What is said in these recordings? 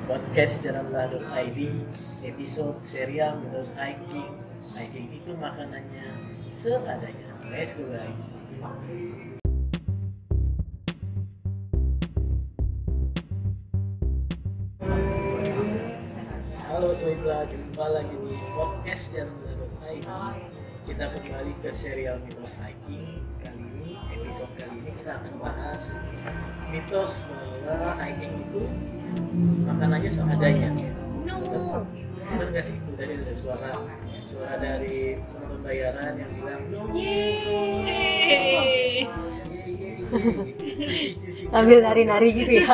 podcast jalanlah.id, episode serial Mitos Hiking. Hiking itu makanannya seadanya. Let's go guys. Halo sobat, jumpa lagi di podcast jalanlah.id. Kita kembali ke serial Mitos Hiking. Kali ini, episode kali ini kita akan bahas mitos bahwa hiking itu makanannya seadanya. Benar nggak sih? Itu tadi ada suara dari penonton bayaran yang bilang Yeay. Sambil nari-nari gitu ya.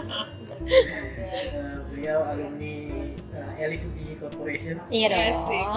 Beliau alumni Eli Sugigi Corporation. Iya dong.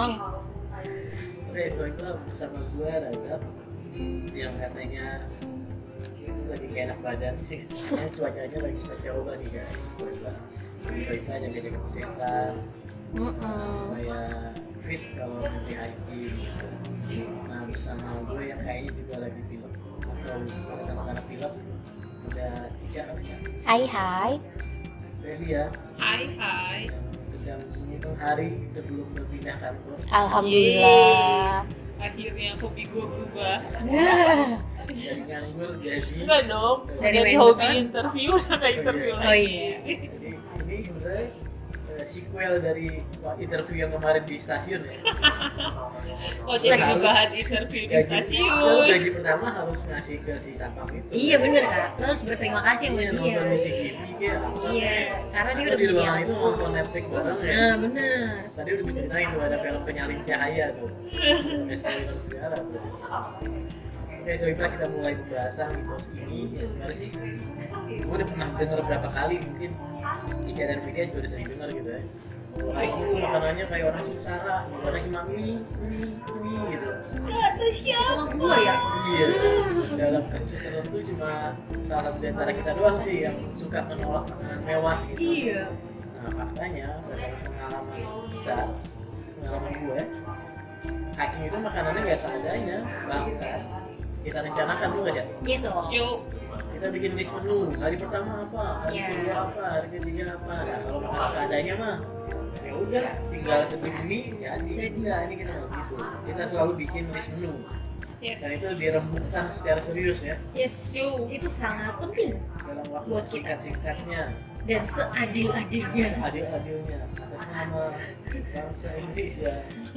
Oke, soalnya bersama gue Radab yang katanya lagi kayak enak badan. Cuacanya lagi coba nih guys. Jadi soalnya jaga kesehatan supaya fit kalau nanti hiking gitu. Nah bersama gue yang kayaknya juga lagi pilek atau anak-anak pilek ada Ika namanya. Hai. Relia Hai. yang sedang menghitung hari sebelum berpindah kantor. Alhamdulillah. Akhirnya hobi gue berubah. Dari nganggur jadi Enggak dong. Dari Dari main hobi pesan? interview udah nggak interview Oh lagi. iya. jadi ini sebenarnya sequel dari interview yang kemarin di stasiun ya. Oh jadi Harus- bahas interview di Kalau stasiun. gaji pertama harus ngasih ke si satpam itu. Iya bener Kak. Lo harus berterima kasih sama Iya, dia. nonton musik TV kayak apa. Iya, karena dia Atau udah di menjadi ruangan alat. itu nonton Netflix bareng ya. Nah bener. Tadi udah diceritain tuh ada film penyalin cahaya tuh. Pakai spoiler segala tuh. Oke, so kita mulai pembahasan mitos ini. Ya sebenarnya sih gue udah pernah denger berapa kali, mungkin Ika dan Vika juga udah sering denger gitu ya. Hiking makanannya kayak orang sengsara, orang cuma mie gitu. Kata siapa? Sama gua ya. Iya, dalam kasus tertentu cuma salah satu di antara kita doang sih yang suka menolak makanan mewah gitu. Iya. Nah faktanya berdasarkan pengalaman kita, pengalaman gue, hiking itu makanannya nggak seadanya, bahkan kita rencanakan tuh aja. Yes dong. Yuk. Kita bikin list menu, hari pertama apa, hari Iya. kedua apa, hari ketiga apa. Nah kalau makanan seadanya mah ya udah tinggal sebelum mie jadi. Enggak, ini kita nggak gitu. Kita selalu bikin list menu Yes. dan itu dirembukkan secara serius ya Yes. Yuk. Itu sangat penting dalam waktu Buat kita. singkat-singkatnya, dan seadil-adilnya. adil-adilnya atas nama bangsa Indonesia.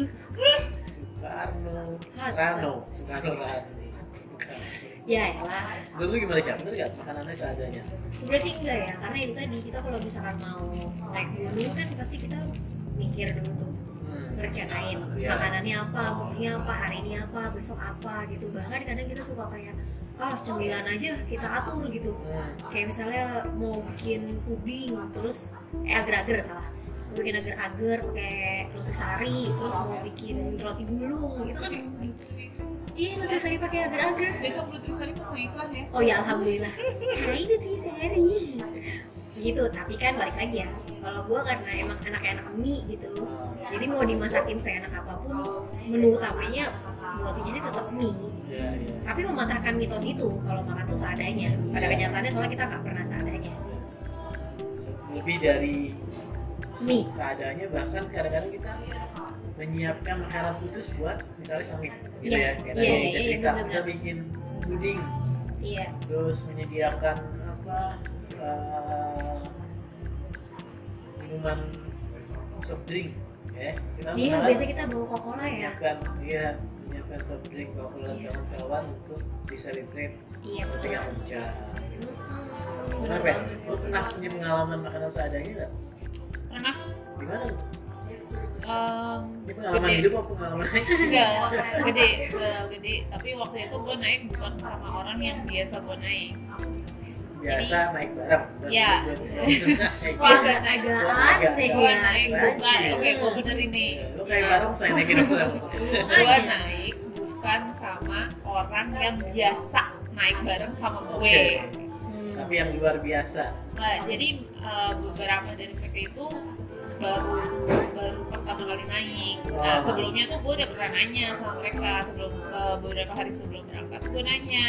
Soekarno Rano. Ya elah. Menurut lu gimana Cak? Bener gak makanannya seadanya? Sebenarnya sih enggak ya, karena itu tadi kita kalau misalkan mau naik gunung kan pasti kita mikir dulu tuh, ngerencanain Iya. makanannya apa, menunya apa, hari ini apa, besok apa gitu. Bahkan kadang kita suka kayak cemilan aja kita atur gitu. Kayak misalnya mau bikin puding terus agar-agar salah. Mau bikin agar-agar pakai nutrisari, terus mau bikin roti gulung itu kan. Iya, nutrisari pakai agar-agar. Besok nutrisari pasang iklan ya. Oh ya alhamdulillah. Hai nutrisari. Gitu, tapi kan balik lagi ya. Kalau gua karena emang anak mie gitu. Jadi mau dimasakin seenak apapun, menu utamanya buat ini sih tetap mie. Iya. Tapi mematahkan mitos itu kalau makan tuh seadanya. Pada kenyataannya soalnya kita nggak pernah seadanya. Lebih dari Mie. seadanya, bahkan kadang-kadang kita menyiapkan makanan khusus buat misalnya summit gitu Iya, ya. Kayak iya, tadi iya, kita iya, cerita, benar-benar. kita bikin puding, Iya. terus menyediakan apa minuman soft drink ya. Kita Iya, malah biasa kita bawa Coca-Cola ya. menyiapkan soft drink dan kawan-kawan untuk diselebrate Iya betul. ketika puncak. Benar Kenapa? Ya? banget. Lo pernah punya pengalaman makanan seadanya nggak? Mana? Gimana? Em, Ini pengalaman Gede. hidup apa pengalaman hidup? Enggak, gede. Tapi waktu itu gue naik bukan sama orang yang biasa gue naik. Biasa naik bareng. Iya. Wah, agak aneh Gue ya. naik bukan, oke gue bener ini. Lo kayak bareng saya naikin bareng. Gue naik bukan sama orang yang biasa naik bareng sama gue. Oke. Tapi yang luar biasa. Nah, jadi beberapa dari mereka itu baru pertama kali naik. Nah sebelumnya tuh gue udah pernah nanya sama mereka sebelum beberapa hari sebelum berangkat gue nanya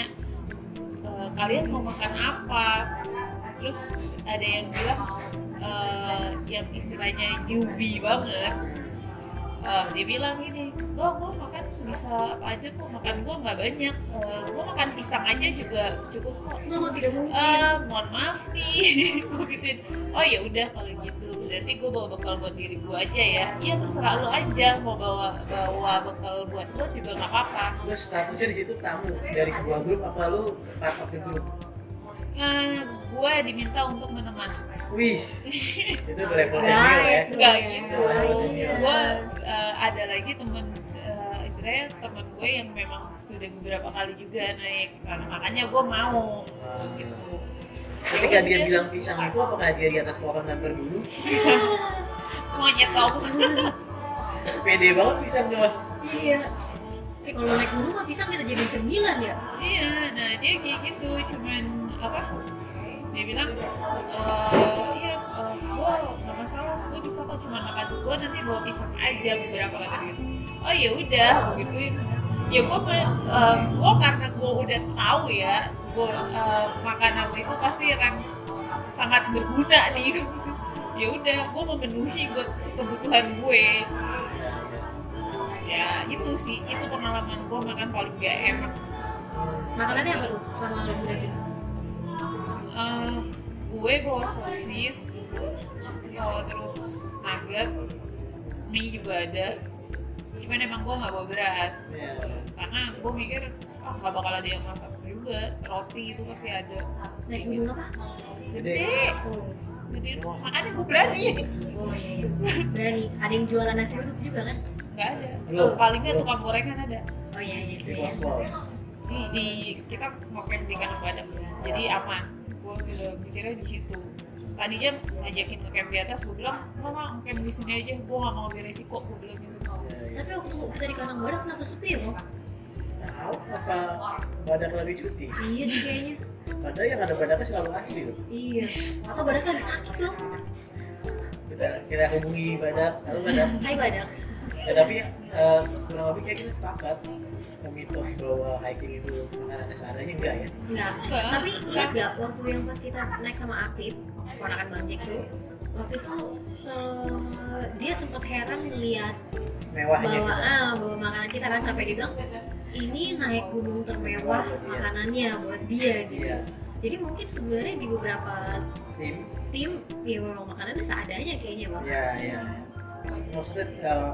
kalian mau makan apa? Terus ada yang bilang yang istilahnya newbie banget, dia bilang gini, gue makan bisa apa aja kok, makan gue nggak banyak, gue makan pisang aja juga cukup kok. Tidak mungkin. Mohon maaf nih, gue gituin. Oh ya udah kalau gitu, berarti gue bawa bekal buat diri gue aja ya. Iya terserah lo aja, mau bawa bekal buat lo juga nggak apa-apa. Terus statusnya di situ tamu dari sebuah grup apa lu part of the grup? Gue diminta untuk menemani. Wis, itu level senior ya? Enggak gitu. Senior. Gue ada lagi temen, istilahnya temen gue yang memang sudah beberapa kali juga naik, karena makanya gue mau gitu. Ketika dia bilang pisang itu, apakah dia di atas pohon dan berbulu? Monyet dong. Pede banget pisangnya. Iya. Kalau naik gunung mah pisang kita jadi cemilan ya. Iya, nah dia kayak gitu, cuman apa? Dia bilang, iya, gue nggak masalah, gue bisa kok cuma makan gue nanti bawa pisang aja beberapa kata gitu. Oh ya udah, gituin. Ya gue karena gue udah tahu ya, gue makanan itu pasti akan sangat berguna nih. Ya udah, gue memenuhi buat kebutuhan gue. Ya itu sih, itu pengalaman gue makan paling gak enak. Makanannya apa tuh selama lu mendaki? Gue bawa sosis, terus nugget, mie juga ada. Cuman emang gue nggak bawa beras, karena gue mikir nggak bakal ada yang masak juga. Roti itu pasti ada. Naik gunung apa? Gede, Oh, gede. Makanya gue berani. oh iya. Berani. Ada yang jualan nasi uduk juga kan? Nggak ada. Belum. Paling nggak tukang gorengan ada. Oh iya itu Di ya. pos-pos. Di kita ngecamp di Kandang Badak sih, jadi aman. Gue udah mikirnya di situ. Tadinya ngajakin ngecamp di atas, gue bilang nggak ngecamp di sini aja, gue nggak mau beresiko, gue bilang gitu. Tapi waktu kita di Kandang Badak kenapa sepi ya, Bang? Tahu apa badak lagi cuti? Iya sih kayaknya. Padahal yang ada badaknya selalu asli loh. Iya. Atau Badak lagi sakit, Bang? Kita hubungi badak, lalu badak. Hai Badak. Ya tapi kurang lebih kayak kita sepakat mitos bahwa hiking itu makanannya seadanya enggak ya? Enggak. Tapi ingat gak waktu yang pas kita naik sama Apip, ponakan Bang Jack tuh, waktu itu dia sempat heran ngeliat Mewahnya bawa kita. bawa makanan kita kan, sampai dia bilang ini naik gunung termewah makanannya buat dia gitu. Iya. Jadi mungkin sebenarnya di beberapa Tim. ya memang makanannya seadanya kayaknya, Bang. Ya. Maksudnya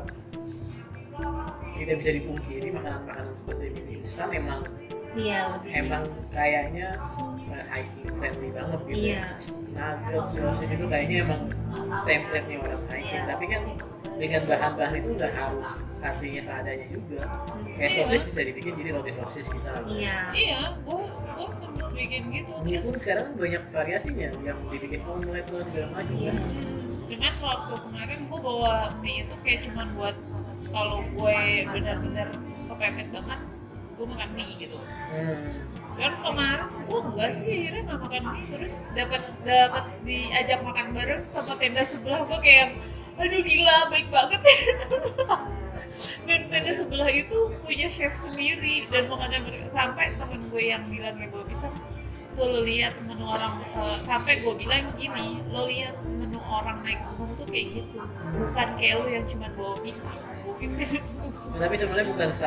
tidak bisa dipungkiri makanan-makanan seperti mie instan memang Iya, lebih. emang kayaknya hiking friendly banget gitu. Iya. Nugget, sosis itu kayaknya emang template-nya orang hiking. Iya. Tapi kan dengan bahan-bahan itu nggak harus artinya seadanya juga. Kayak sosis bisa dibikin jadi roti sosis kita. Iya. Iya, gue sempet bikin gitu. Mie Terus pun sekarang banyak variasinya yang dibikin omelet dan segala macam. Iya. Kan? cuman waktu kemarin gue bawa mie itu kayak cuman buat kalau gue benar-benar kepepet banget, gue makan mie gitu. Kan kemarin gue enggak sih, akhirnya nggak makan mie, terus dapat diajak makan bareng sama tenda sebelah. Gue kayak aduh gila, baik banget tenda sebelah. Dan tenda sebelah itu punya chef sendiri dan makanan mereka, sampai temen gue yang bilang ya gue bisa tuh lo lihat menu orang, sampai gue bilang gini, lo lihat menu orang naik gunung tuh kayak gitu, bukan kayak lo yang cuma bawa pisang. Tapi sebenarnya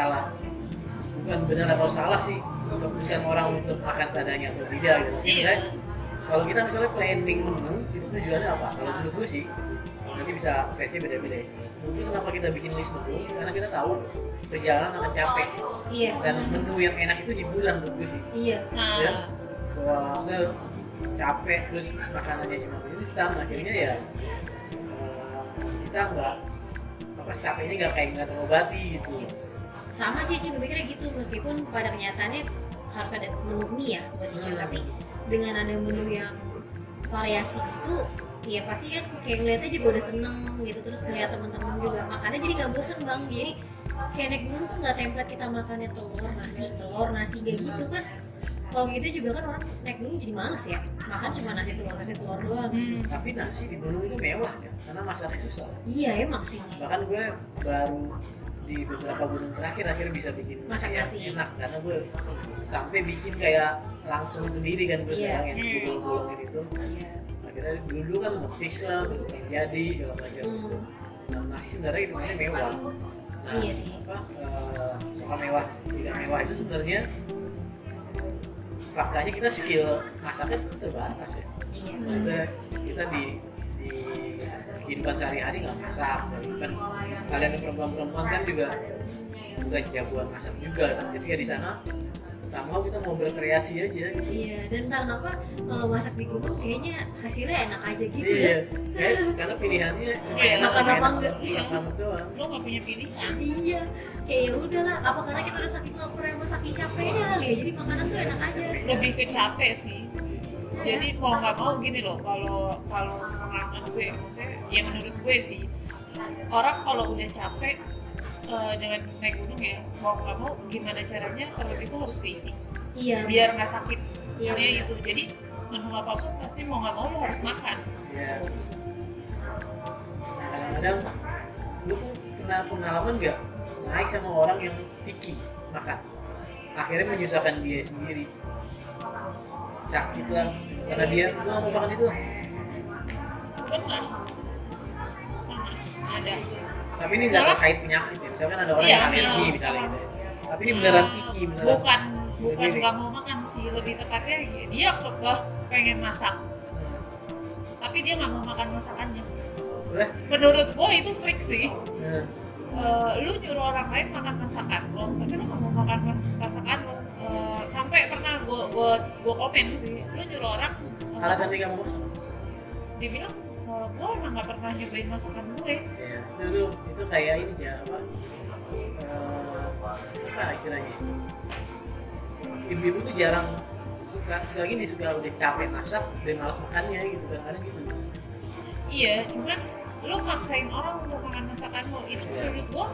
bukan benar atau salah sih keputusan orang untuk makan seadanya atau tidak gitu. Sebenarnya kalau kita misalnya planning menu itu tujuannya apa? Kalau menurut gue sih nanti bisa versi beda-beda. Mungkin kenapa kita bikin list menu karena kita tahu perjalanan akan capek. Iya. Dan menu yang enak itu di bulan menurut gue sih. Iya. Ya, bahwa maksudnya capek terus makanannya cuma instan, akhirnya ya kita nggak capeknya nggak terobati gitu. Sama sih juga mikirnya gitu, meskipun pada kenyataannya harus ada menu mie ya buat dicari, tapi dengan ada menu yang variasi gitu, ya pasti kan kayak ngeliatnya juga udah seneng gitu, terus ngeliat teman-teman juga makannya jadi nggak bosen Bang. Jadi kayak naik gunung tuh nggak template kita makannya telur nasi kayak gitu kan. Kalau gitu juga kan orang naik gunung jadi males ya, makan cuma nasi telur doang. Tapi nasi di gunung itu mewah ya, karena masaknya susah. Iya emang sih. Bahkan gue baru di beberapa gunung terakhir akhirnya bisa bikin Masak yang nasi. enak, karena gue sampai bikin kayak langsung sendiri kan gue Iya. yang bolong-bolongin itu. Iya. Akhirnya kita dulu kan motis lah, jadi segala macam. Nah, nasi sebenarnya hitungannya mewah. Nah, Iya sih. soal mewah tidak mewah itu sebenarnya faktanya kita skill masaknya tuh terbatas ya. Iya. Kita di kehidupan sehari-hari nggak masak, kan kalian perempuan kan juga bukan jagoan masak juga kan. Jadi ya di sana sama kita mau berkreasi aja gitu. Iya, dan entah kenapa kalau masak di gunung kayaknya hasilnya enak aja gitu Iya, deh. karena pilihannya Iya, makan apa enggak? makan doang. Lo nggak punya pilihan. Iya, kayak ya udahlah. Apa karena kita udah saking lapar sama saking capeknya kali ya, jadi makanan tuh enak aja. Lebih ke capek sih. Jadi mau nggak mau gini loh, kalau sepengalaman gue, maksudnya ya menurut gue sih, orang kalau udah capek dengan naik gunung ya, mau nggak mau gimana caranya perut itu harus keisi Iya. biar nggak sakit. Iya. Intinya itu. Jadi menu apapun pasti mau nggak mau lo harus makan. Ya. Kadang-kadang lu tuh pernah pengalaman nggak naik sama orang yang picky makan, akhirnya menyusahkan dia sendiri, sakit lah karena dia nggak mau makan itu. Pernah ada. Tapi ini nggak terkait penyakit ya, misalkan ada orang Iya, yang alergi iya. misalnya gitu ya. Tapi ini beneran picky, beneran. bukan Sendiri. nggak mau makan sih, lebih tepatnya dia kekeh pengen masak tapi dia nggak mau makan masakannya. Udah. Menurut gue itu freak sih. Nah, Lu nyuruh orang lain makan masakan lo tapi lu nggak mau makan masakan lo. Sampai pernah gue komen sih, lu nyuruh orang alasan dia nggak mau makan. dia bilang gue emang nggak pernah nyobain masakan gue. Ya, itu kayak ini ya apa? Apa istilahnya? Ibu-ibu tuh jarang suka gini, suka udah capek masak dan malas makannya gitu kan, gitu. Iya, cuman lu maksain orang untuk makan masakan lo itu menurut gua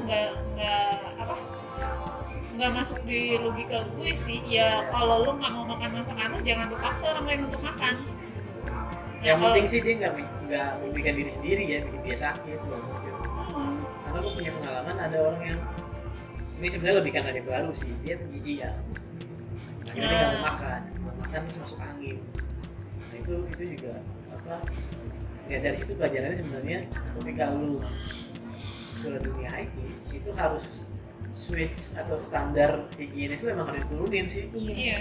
nggak masuk di logika gue sih. Ya kalau lu nggak mau makan masakan lo, jangan lu paksa orang lain untuk makan. Yang penting sih dia nggak merugikan diri sendiri ya, bikin dia sakit segala macam. Karena gue punya pengalaman ada orang yang ini sebenarnya lebih karena dia baru sih, dia jijik ya. Akhirnya dia nggak mau makan terus masuk angin. Nah itu juga apa? Ya dari situ pelajarannya sebenarnya ketika lu ke dunia IT itu harus switch atau standar higienis itu memang harus diturunin sih. Iya.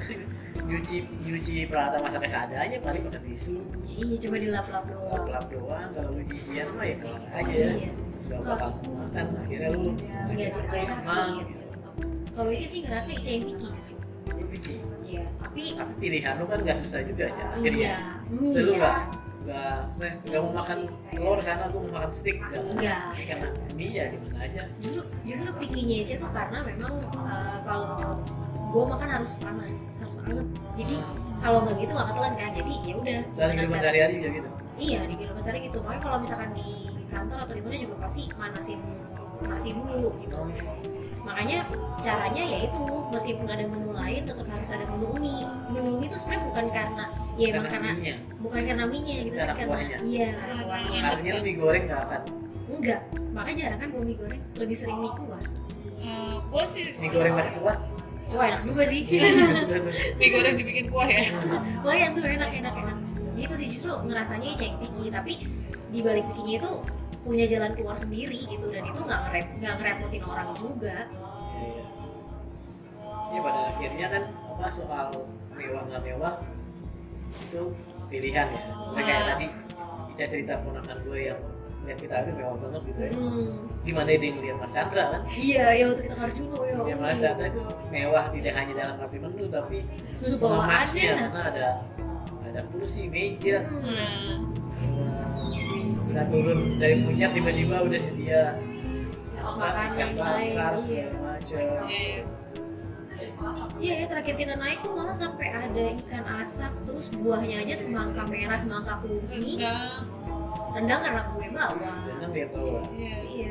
nyuci peralatan masaknya seadanya paling pakai tisu, Iya, coba dilap-lap doang. lap doang. Kalau lu jijian mah ya kelar aja ya. Iya. Gak bakal makan, akhirnya lu Nggak jadi sakit. Kalau Ica sih ngerasa Ica yang picky justru. Lu bikin. Iya, tapi Tapi pilihan lu kan gak susah juga aja akhirnya. iya. Terus lu Iya. nggak mau makan telur karena aku mau makan steak, Enggak. Tapi karena mie ya gimana aja. Justru pikinya Ica tuh karena memang kalau gue makan harus panas, harus anget. Jadi kalau nggak gitu nggak ketelan kan. Jadi ya udah. Dan gimana kehidupan cara- sehari-hari juga gitu. Iya, di kehidupan sehari gitu. Makanya kalau misalkan di kantor atau di mana juga pasti manasin nasi dulu gitu. Makanya caranya yaitu meskipun ada menu lain tetap harus ada menu mie. Menu mie itu sebenarnya bukan karena ya emang karena mie-nya. bukan karena mie-nya gitu Karena kan, kuahnya. iya karena kuahnya. Artinya lu mie goreng nggak akan. Enggak, makanya jarang kan gue mie goreng, lebih sering mie kuah. Gue sih Mie goreng pakai kuah. Wah enak juga sih. mie goreng dibikin kuah ya. Lumayan tuh enak. Gitu sih justru ngerasanya Ica yang picky, tapi di balik pikinya itu punya jalan keluar sendiri gitu dan itu nggak ngerepotin orang juga. Iya. Ya pada akhirnya kan apa soal mewah nggak mewah itu pilihan ya. Misalnya kayak tadi Ica cerita ponakan gue yang lihat kita itu mewah banget gitu ya. Gimana dia ngeliat Mas Chandra kan? Iya, ya waktu kita ke Arjuna ya. Ya Mas Chandra itu mewah tidak hanya dalam arti menu tapi Bawaannya. mengemasnya, karena ada kursi, meja. Udah turun dari puncak tiba-tiba udah sedia Makanan ikan lain, bakar iya. segala macam. Iya. Iya ya terakhir kita naik tuh malah sampai ada ikan asap, terus buahnya aja semangka merah, semangka kuning, rendang karena gue bawa. Jangan dia bawa. Iya.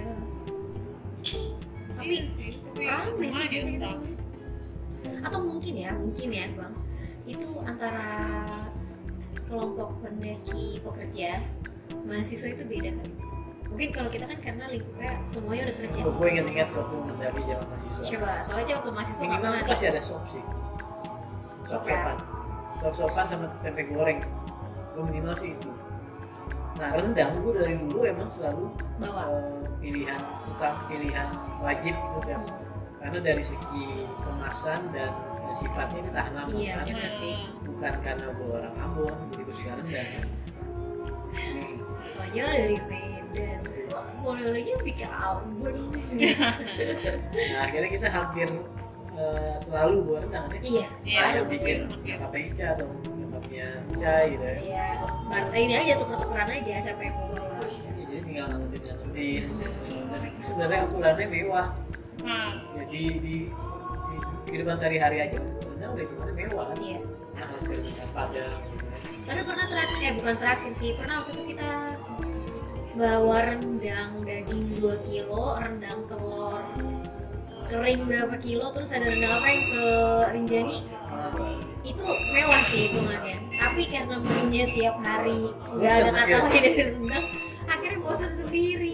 Tapi Iya sih, rame sih lumayan, biasanya tak. tuh. Atau mungkin ya bang, itu antara kelompok pendaki pekerja mahasiswa itu beda kali. Mungkin kalau kita kan karena lingkupnya semuanya udah kerja. Gue inget-inget waktu mendaki zaman mahasiswa. Coba soalnya waktu mahasiswa nggak Minimal pernah pasti nih. ada sop sih. Sop Sop-sopan sama tempe goreng. gue minimal sih itu. Nah rendang gue dari dulu emang selalu Bawa. pilihan pilihan wajib gitu kan, karena dari segi kemasan dan sifatnya ini tahan lama Iya, kan. benar sih. Bukan karena gue orang Ambon jadi gue suka rendang. Soalnya dari Medan. Kok boleh-bolehnya bikin Ambon. Nah akhirnya kita hampir selalu buat rendang kan. Iya, Iya, Ada selalu. bikin nyokapnya Ica atau nyokapnya Ica gitu ya. Iya, barter ini aja tuker-tukeran aja siapa yang mau bawa. Jadi tinggal ngangetin dan itu sebenarnya ukurannya mewah. Nah, Jadi di kehidupan sehari-hari aja rendang udah hitungannya mewah kan. Iya. Nah harus ke rendang Padang gitu ya. Tapi pernah terakhir, bukan terakhir sih, pernah waktu itu kita bawa rendang daging 2 kilo, rendang telur kering berapa kilo, terus ada rendang apa yang ke Rinjani. Itu mewah sih hitungannya, tapi karena menunya tiap hari nggak ada Bosan, kata ya? lain dari rendang, akhirnya bosan sendiri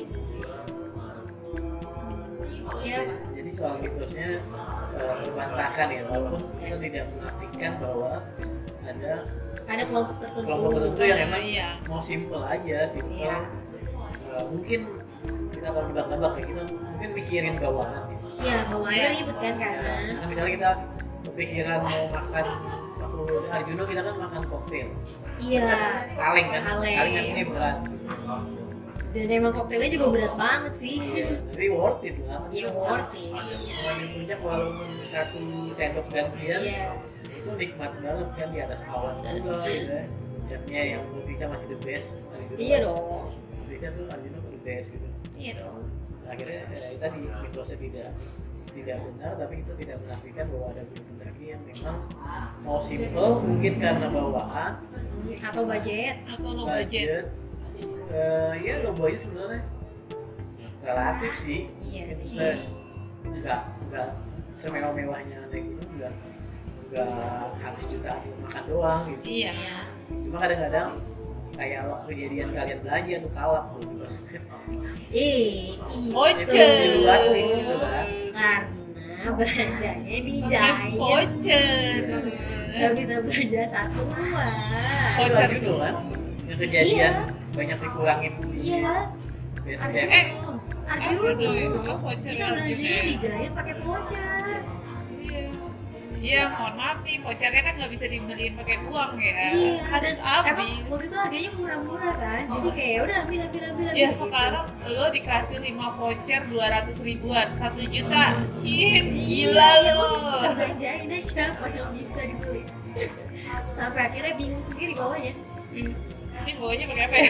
ya. Jadi soal mitosnya berbantahkan ya, walaupun kita tidak menafikan bahwa ada Kelompok tertentu. kelompok tertentu yang emang iya. mau simple aja, simple. Iya. Mungkin kita kalau nebak-nebak ya, kita mungkin mikirin bawahan. Ya bawaannya ribet kan karena Karena misalnya kita kepikiran mau makan waktu Arjuno kita kan makan koktail. iya, Kaleng kan, Kaleng. kaleng kan ini berat. dan emang koktailnya juga berat banget sih. Iya, tapi worth it lah. Ya worth it. Kalau di puncak walaupun 1 sendok gantian, Iya. itu nikmat banget kan di atas awan juga gitu ya. Puncaknya yang menurut kita masih the best. Iya dong. Menurut kita tuh Arjuno the best gitu. Iya dong. Akhirnya tadi mitosnya tidak benar, tapi itu tidak menafikan bahwa ada grup pendaki yang memang mau simple mungkin karena bawaan Atau budget. Atau low budget. Ya low budget sebenarnya relatif sih. Iya Mungkin sih. nggak semewah-mewahnya naik gunung, nggak habis jutaan makan doang gitu. Iya. Iya. Cuma kadang-kadang kayak waktu kejadian kalian belanja tuh kalap gitu pas Itu Voucher. di luar list gitu kan. karena belanjanya Pakai dijahit. voucher. Gak bisa belanja satu dua. Voucher. Arjuno kan yang kejadian Iya. banyak dikurangin Iya. base Arjuno. camp. Arjuno. Arjuno, voucher Kita Arjuno. belanjanya dijahit pakai voucher. Iya, mohon maaf nih, vouchernya kan nggak bisa dibeliin pakai uang ya. Iya. Harus Dan emang habis. waktu itu harganya murah-murah kan. Jadi kayak udah ambil Ya gitu. sekarang lo dikasih 5 voucher 200 ribuan, 1 juta, cin, Iya, gila ya, lo. kita belanjain aja apa yang bisa dibeli. Sampai akhirnya bingung sendiri bawanya. Ini bawanya pakai apa ya?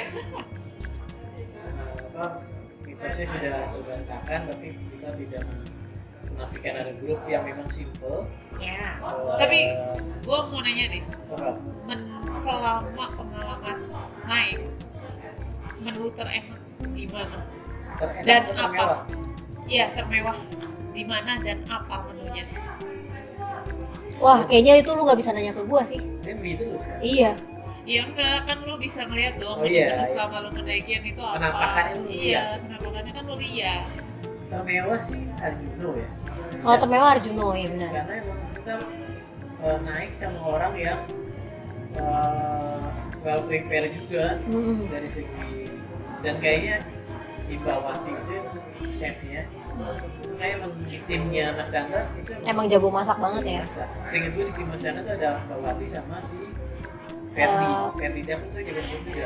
Mitosnya sudah terbantahkan, tapi kita tidak menafikan ada grup yang memang simple. Ya. Tapi gue mau nanya nih, apa? selama pengalaman naik, menu terenak gimana? Terenak Dan atau apa? termewah? Iya, termewah di mana dan apa menunya? Wah, kayaknya itu lu nggak bisa nanya ke gua sih. Ini begitu terus kan? Iya. Ya enggak, kan lo bisa ngeliat dong Oh iya, menu iya. selama lo pendakian itu apa. Penampakannya lu Iya, lihat. penampakannya kan lo lihat. Termewah sih Arjuno ya. Kalau termewah Arjuno ya benar. Karena emang kita naik sama orang yang well prepare juga Mm-mm. dari segi, dan kayaknya si Bawati itu chefnya itu kayak emang di timnya Mas Chandra itu Emang jago masak banget ya. masak. Seingat gue di tim Mas Chandra tuh ada Bawati sama si Ferdi. Eh. Ferdi Dak itu jago masak juga.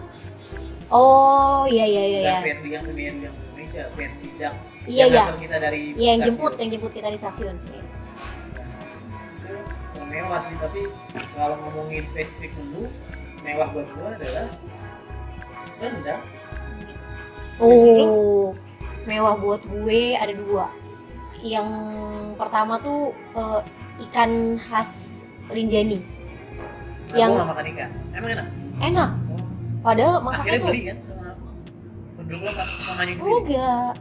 Oh iya iya iya. Dan Iya Ferdi yang senior yang Indonesia, Ferdi Dak. Iya, yang iya. nganter kita dari Iya, yang stasiun. jemput kita di stasiun. Iya. Itu mewah sih, tapi kalau ngomongin spesifik menu, mewah buat gue adalah rendang. Oh, mewah buat gue ada 2. Yang pertama tuh ikan khas Rinjani. Nah, Yang- gue gak makan ikan, emang enak? Enak. Padahal masaknya Akhirnya tuh beli kan sama penduduk lokal, sama nganyut beli. enggak.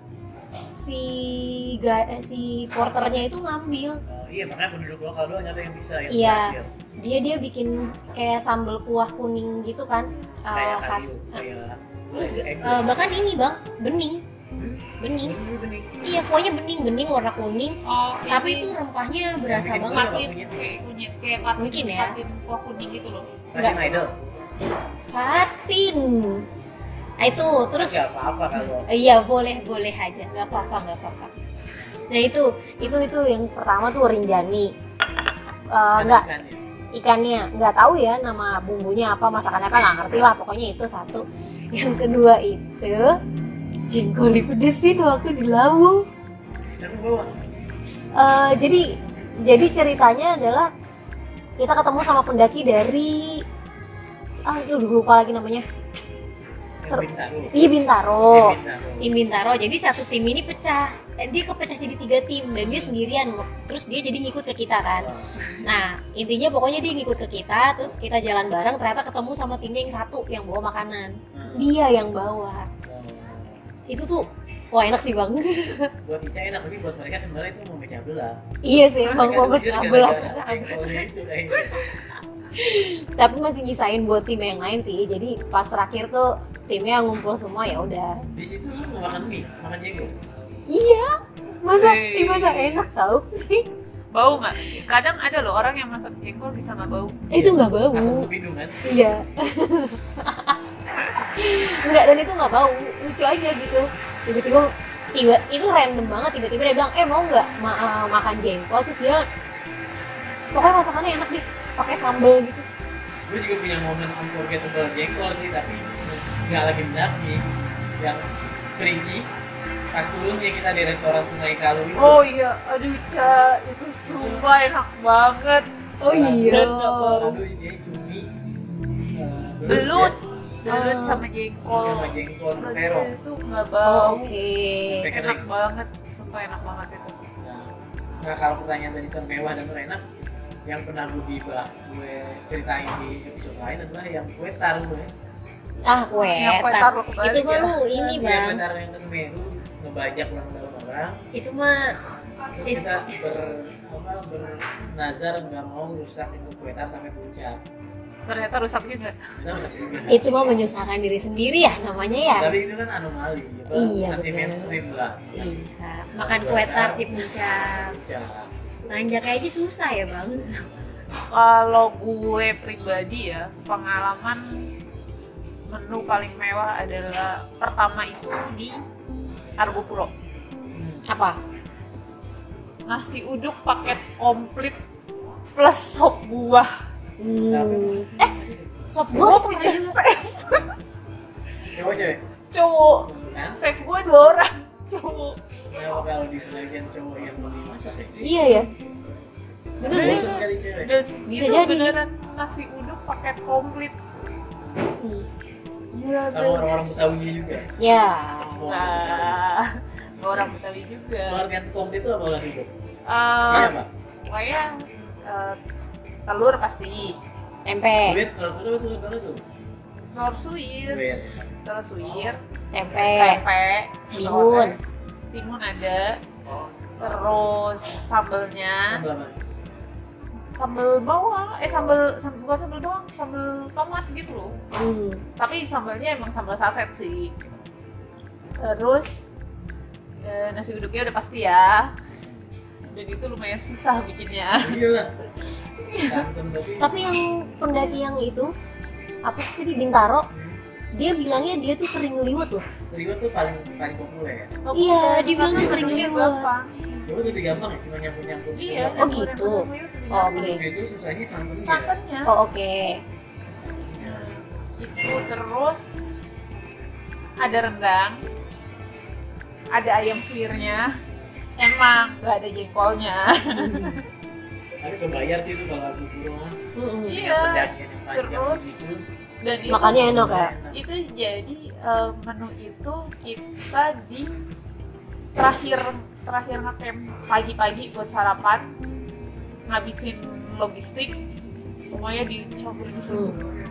Si porternya itu ngambil. Iya, makanya penduduk lokal doang nyata yang bisa, yang Iya. berhasil. Dia bikin kayak sambal kuah kuning gitu kan. Kayak Khas. kayu, kayak Bahkan ini bang, bening. Bening. bening. Iya, kuahnya bening warna kuning. Oh, Tapi ini itu rempahnya berasa bikin banget. kuah. patin kayak kunyit kayak patin, Mungkin ya. patin kuah kuning gitu loh. Patin idol. Fatin. Nah, itu terus Nggak apa-apa kalau iya boleh aja, nggak apa-apa. Nah itu yang pertama tuh rinjani. Nggak kan ya. ikannya nggak tahu ya nama bumbunya apa, masakannya kan nggak ngerti lah, pokoknya itu satu. Yang kedua itu jengkol dipedesin waktu di Lawu. Siapa bawa? Jadi ceritanya adalah kita ketemu sama pendaki dari lupa lagi namanya. Bintaro. Iya Bintaro. Bintaro. Tim Bintaro. Jadi satu tim ini pecah. Dia kepecah jadi 3 tim dan dia sendirian. Terus dia jadi ngikut ke kita kan. Nah, intinya pokoknya dia ngikut ke kita, terus kita jalan bareng, ternyata ketemu sama timnya yang satu yang bawa makanan. Dia yang bawa. Itu tuh wah enak sih, Bang. Buat Ica enak, tapi buat mereka sebenarnya itu memecah belah. Iya sih, Bang, Mereka mau diusir pecah gara-gara belah jengkolnya itu kayaknya. Tapi masih nyisain buat tim yang lain sih. Jadi pas terakhir tuh timnya ngumpul semua, ya udah. Di situ lu nggak makan mie, makan jengkol. Iya. Masa Wih. masa enak tau sih. Bau nggak? Kadang ada loh orang yang masak jengkol bisa nggak bau. Itu nggak bau. Asam hidung kan. Iya. Enggak, dan itu nggak bau, lucu aja gitu. Tiba-tiba itu random banget, tiba-tiba dia bilang mau nggak makan jengkol, terus dia pokoknya masakannya enak deh, pakai sambal gitu. Gue juga punya momen unforgettable jengkol sih, tapi nggak lagi mendaki. Yang kerinci pas turunnya kita di restoran Sungai Kalu itu. Oh iya, aduh Ca, itu sumpah enak banget. Oh iya. Dan nggak bau. Aduh isinya cumi, Belut, ya, belut sama jengkol. sama jengkol Aduh, terong. itu nggak Oh, bau. oke. Enak banget, sumpah enak banget itu. Nah kalau pertanyaan tadi tentang mewah dan terenak, yang pernah gue ceritain di episode lain adalah yang kue tar gue. Kue Yang kue tar. taruh kebalik Itu mah ya. lu ini, Kue Bang. tar yang ke Semeru ngebajak ulang tahun orang. Itu mah Terus kita bernazar nggak mau rusak itu kue tar sampai puncak. Ternyata rusak juga. Kita rusak juga. itu mah menyusahkan diri sendiri ya namanya ya. Tapi itu kan anomali, apa, Iya, anti bener. mainstream lah. Iya, makan kue tar di puncak. Puncak. Nanjak aja susah ya, Bang. Kalau gue pribadi ya, pengalaman menu paling mewah adalah pertama itu di Argo Puro. Apa? Nasi uduk paket komplit plus sop buah. Sop buah kita nggak ada. Coba cewek. Cowok. Kan? Chef gue 2 orang. Cowok. Nah, kalau di sebagian cowok yang lebih masak ya. Iya ya. Bener sih. Bosen kali cewek. Dan Bisa itu jadi. beneran nasi uduk paket komplit. Gila Sama tuh. orang-orang Betawinya juga. Ya. Nah, orang Betawi juga. Pengertian komplit itu apa nasi itu? Eh, Siapa? Pokoknya telur pasti, Tempe, Suwir, kalau sudah betul kalau itu. telur suwir, Suwir. telur suwir, tempe, tempe, bihun. timun ada, terus sambelnya, Sambal apa? sambel bawang, bukan sambel bawang, sambel tomat gitu loh. Tapi sambelnya emang sambal saset sih. Terus nasi uduknya udah pasti ya. Dan itu lumayan susah bikinnya. Iyalah. Santan Tapi yang pendaki yang itu apa sih di Bintaro? Dia bilangnya dia tuh sering ngeliwat loh. Terlibat tuh paling populer ya. Iya, dia bilang Karena dia sering sebenarnya ngeliwat. gampang. Coba lebih gampang ya, cuma nyampur. Iya. Oh, gitu. Oh, oke. Itu susahnya santannya. Santannya. Oh oke. Itu terus ada rendang, ada ayam suwirnya. Emang nggak ada jengkolnya. Ada kebayar sih itu kalau aku suruh mah. Iya. Pendakian yang panjang Terus gitu. dan itu Makannya enak ya. itu jadi menu itu kita di terakhir ngecamp pagi-pagi buat sarapan, ngabisin logistik, semuanya dicampur di situ.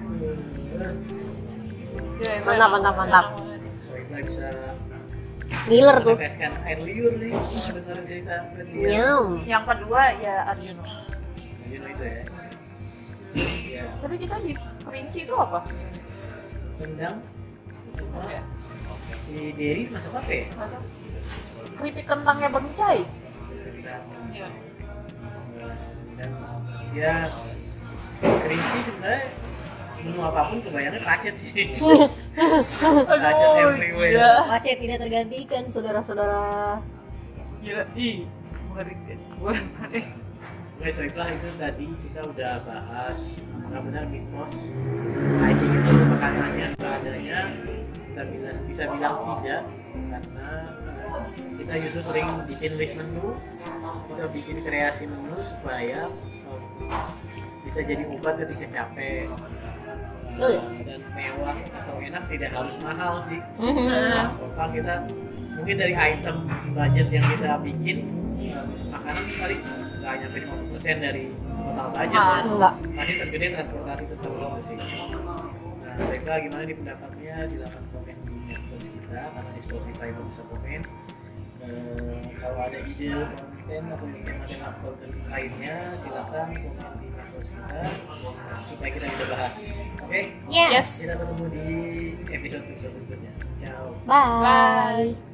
Ya, itu Mantap, emang mantap. enak banget. Soalnya bisa Ngiler tuh. meneteskan air liur nih. Mau dengerin cerita dia. Nyam. Yang kedua ya Arjuno. Itu ya. Ya. Tapi kita di Kerinci itu apa? Rendang. Ya. Si Derry masak apa ya? Atau keripik kentangnya Bang Cai. Ya. Dan ya Kerinci sebenarnya menu apapun kebayangnya pacet sih. Pacet everywhere. Gila. Macet tidak tergantikan, saudara-saudara. Gila, ih, mengerikan. Gue panik. Oke, baiklah itu tadi kita udah bahas benar-benar mitos hiking itu makanannya seadanya. Kita bisa bilang tidak, karena kita justru sering bikin list menu, kita bikin kreasi menu supaya bisa jadi obat ketika capek. Dan mewah atau enak tidak harus mahal sih. So far kita mungkin dari item budget yang kita bikin makanan paling nggak nyampe 50% dari total budget kan. Enggak. Pasti tergede transportasi tetap itu sih. Nah, mereka gimana di pendapatnya, silakan komen di medsos kita, karena di Spotify belum bisa komen. Kalau ada ide konten atau tema-tema konten lainnya, silakan komen di medsos kita supaya kita bisa bahas. Oke? Yes. Yes. Kita ketemu di episode berikutnya. Ciao. Bye.